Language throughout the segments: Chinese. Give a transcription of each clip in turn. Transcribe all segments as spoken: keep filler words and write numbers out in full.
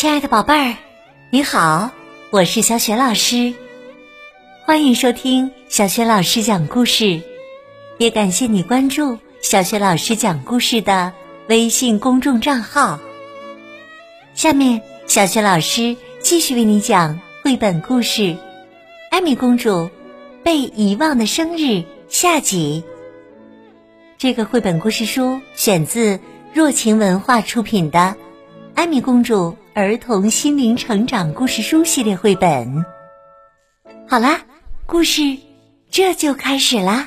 亲爱的宝贝儿，你好，我是小雪老师，欢迎收听小雪老师讲故事，也感谢你关注小雪老师讲故事的微信公众账号。下面小雪老师继续为你讲绘本故事《艾米公主被遗忘的生日》下集。这个绘本故事书选自若晴文化出品的《艾米公主儿童心灵成长故事书》系列绘本。好啦，故事这就开始啦。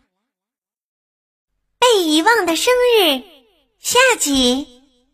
被遗忘的生日下集。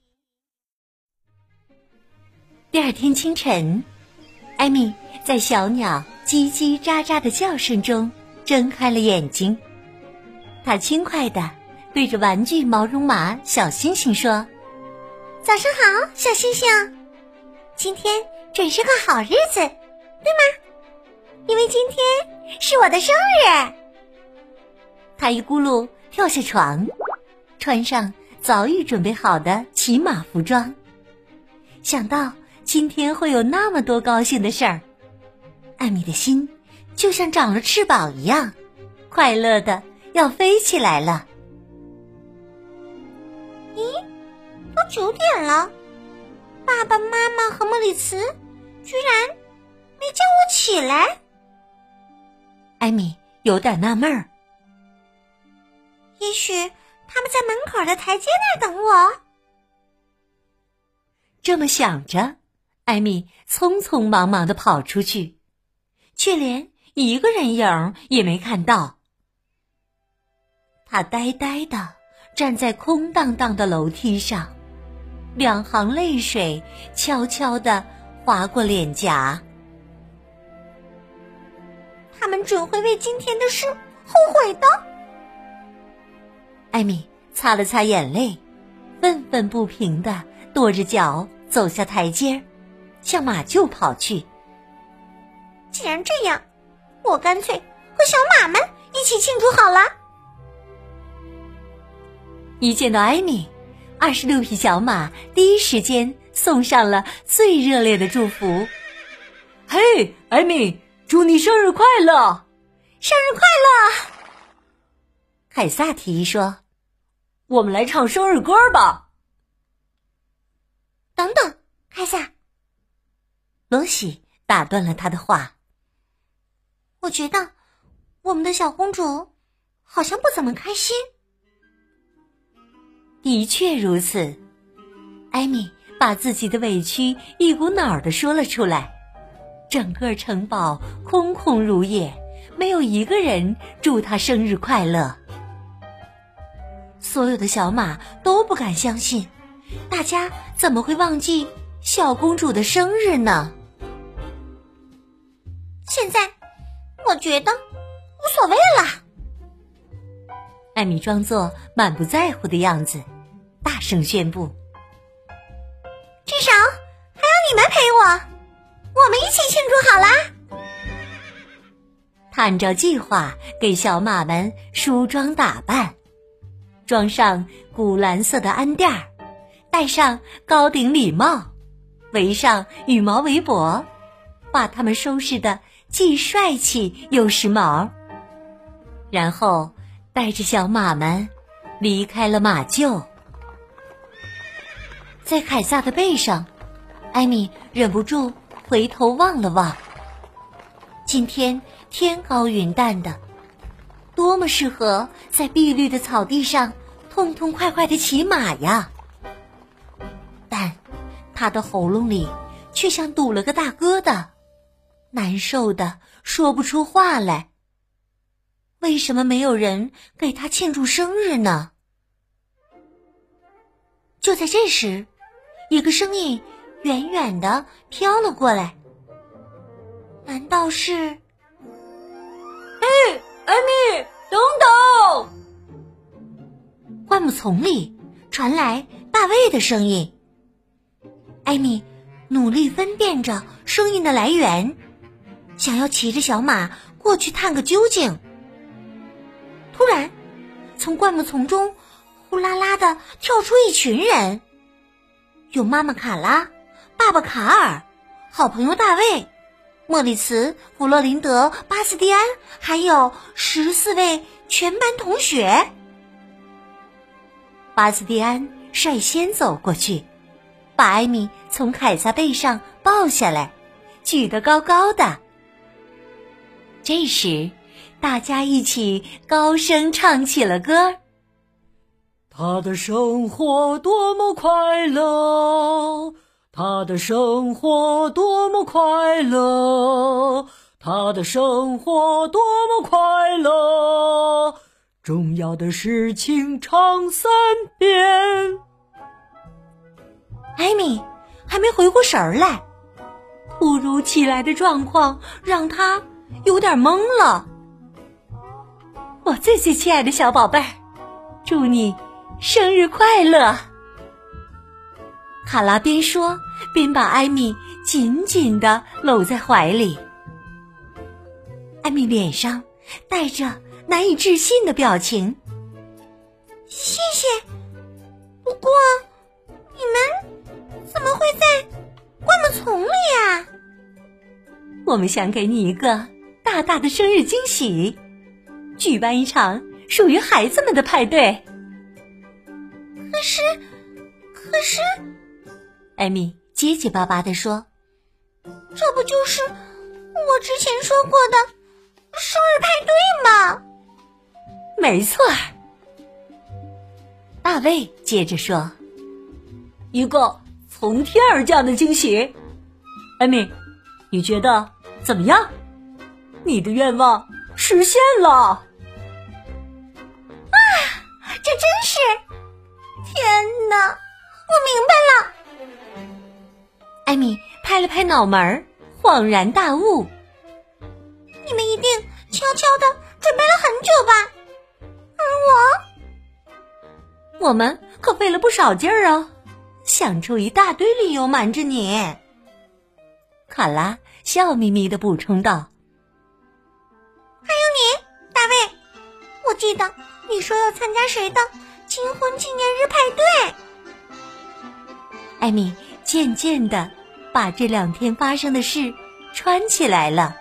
第二天清晨，艾米在小鸟叽叽喳喳的叫声中睁开了眼睛。她轻快地对着玩具毛绒马小星星说：早上好，小星星，今天准是个好日子，对吗？因为今天是我的生日。他一咕噜跳下床，穿上早已准备好的骑马服装。想到今天会有那么多高兴的事儿，艾米的心就像长了翅膀一样，快乐的要飞起来了。咦，都九点了，爸爸妈妈和莫里茨居然没叫我起来。艾米有点纳闷儿，也许他们在门口的台阶那儿等我。这么想着，艾米匆匆忙忙地跑出去，却连一个人影也没看到。她呆呆地站在空荡荡的楼梯上，两行泪水悄悄地划过脸颊。他们准会为今天的事后悔的。艾米擦了擦眼泪，愤愤不平地跺着脚走下台阶，向马厩跑去。既然这样，我干脆和小马们一起庆祝好了。一见到艾米，二十六匹小马第一时间送上了最热烈的祝福。 嘿，艾米，祝你生日快乐！ 生日快乐！凯撒提议说： 我们来唱生日歌吧。 等等，凯撒！罗西打断了他的话。我觉得我们的小公主好像不怎么开心。的确如此，艾米把自己的委屈一股脑儿地说了出来。整个城堡空空如也，没有一个人祝她生日快乐。所有的小马都不敢相信，大家怎么会忘记小公主的生日呢？现在我觉得无所谓了。艾米装作满不在乎的样子，大声宣布：至少还有你们陪我，我们一起庆祝好啦！他按照计划给小马们梳妆打扮，装上古蓝色的鞍垫儿，戴上高顶礼帽，围上羽毛围脖，把它们收拾得既帅气又时髦。然后带着小马们离开了马厩。在凯撒的背上，艾米忍不住回头望了望。今天天高云淡的，多么适合在碧绿的草地上痛痛快快地骑马呀！但他的喉咙里却像堵了个大疙瘩，难受的说不出话来。为什么没有人给他庆祝生日呢？就在这时，一个声音远远地飘了过来。难道是…… 嘿，艾米，等等！ 灌木丛里传来大卫的声音。艾米努力分辨着声音的来源，想要骑着小马过去探个究竟。突然，从灌木丛中呼啦啦地跳出一群人，有妈妈卡拉爸爸卡尔、好朋友大卫、莫里茨、弗洛林德、巴斯蒂安，还有十四位全班同学。巴斯蒂安率先走过去，把艾米从凯撒背上抱下来，举得高高的。这时，大家一起高声唱起了歌。 他的生活多么快乐，他的生活多么快乐，他的生活多么快乐，重要的事情唱三遍。 艾米还没回过神儿来，突如其来的状况让他有点懵了。我最最亲爱的小宝贝儿，祝你生日快乐！卡拉边说边把艾米紧紧地搂在怀里。艾米脸上带着难以置信的表情。谢谢，不过你们怎么会在灌木丛里啊？我们想给你一个大大的生日惊喜，举办一场属于孩子们的派对。可是，可是，艾米结结巴巴地说：“这不就是我之前说过的生日派对吗？”没错。大卫接着说：“ 一个从天而降的惊喜。艾米，你觉得怎么样？你的愿望实现了！” 啊，这真是……天哪，我明白了。艾米拍了拍脑门，恍然大悟。你们一定悄悄地准备了很久吧？而我……我们可费了不少劲儿啊，想出一大堆理由瞒着你。卡拉笑眯眯地补充道。还有你，大卫，我记得你说要参加谁的金婚纪念日派对。艾米渐渐地把这两天发生的事串起来了。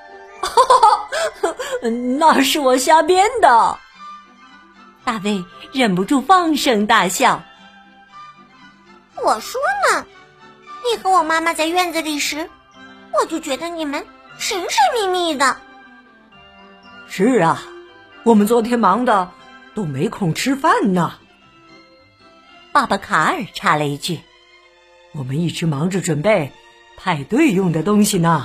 那是我瞎编的。 大卫忍不住放声大笑。我说呢，你和我妈妈在院子里时，我就觉得你们神神秘秘的。 是啊，我们昨天忙的都没空吃饭呢。 爸爸卡尔插了一句：“ 我们一直忙着准备派对用的东西呢。”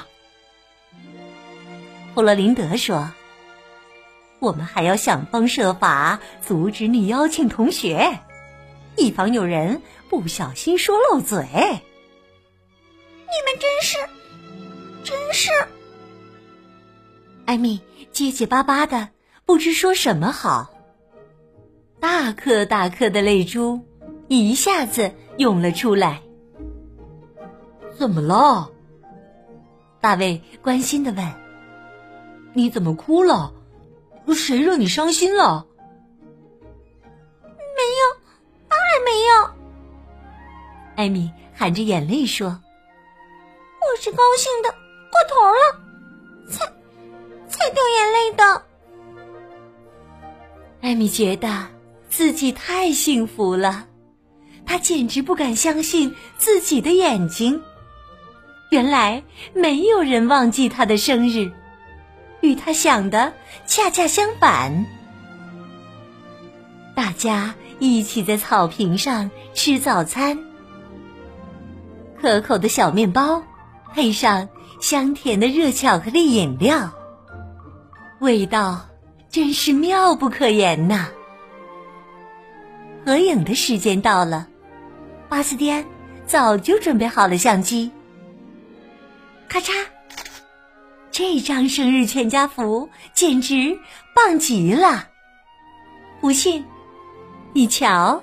弗洛林德说：“我们还要想方设法阻止你邀请同学，以防有人不小心说漏嘴。”你们真是，真是……艾米结结巴巴的，不知说什么好。大颗大颗的泪珠一下子涌了出来。 怎么了？ 大卫关心地问。 你怎么哭了？谁惹你伤心了？ 没有，当然没有。艾米含着眼泪说：“我是高兴的过头了，才才掉眼泪的。”艾米觉得自己太幸福了，她简直不敢相信自己的眼睛。原来没有人忘记她的生日，与她想的恰恰相反。大家一起在草坪上吃早餐，可口的小面包配上香甜的热巧克力饮料，味道真是妙不可言呐。合影的时间到了，巴斯蒂安早就准备好了相机。咔嚓，这张生日全家福简直棒极了！不信，你瞧。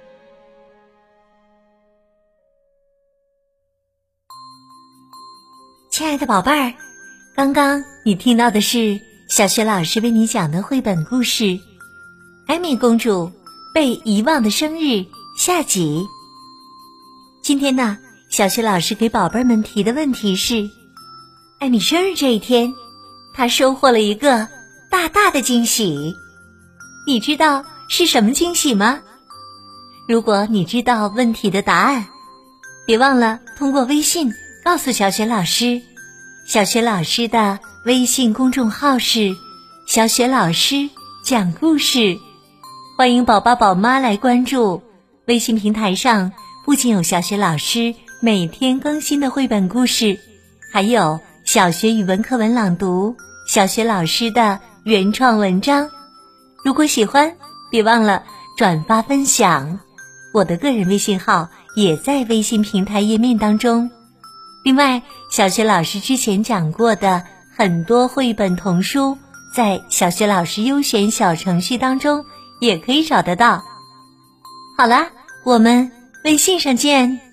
亲爱的宝贝儿，刚刚你听到的是小雪老师为你讲的绘本故事《艾米公主被遗忘的生日》下集。今天呢， 小雪老师给宝贝们提的问题是：艾米生日这一天，她收获了一个大大的惊喜。你知道是什么惊喜吗？如果你知道问题的答案，别忘了通过微信告诉小雪老师。小雪老师的微信公众号是小雪老师讲故事，欢迎宝宝宝妈来关注。微信平台上不仅有小雪老师每天更新的绘本故事，还有小学语文课文朗读，小雪老师的原创文章。如果喜欢，别忘了转发分享。我的个人微信号也在微信平台页面当中。另外，小雪老师之前讲过的很多绘本童书，在小雪老师优选小程序当中也可以找得到。好啦，我们微信上见。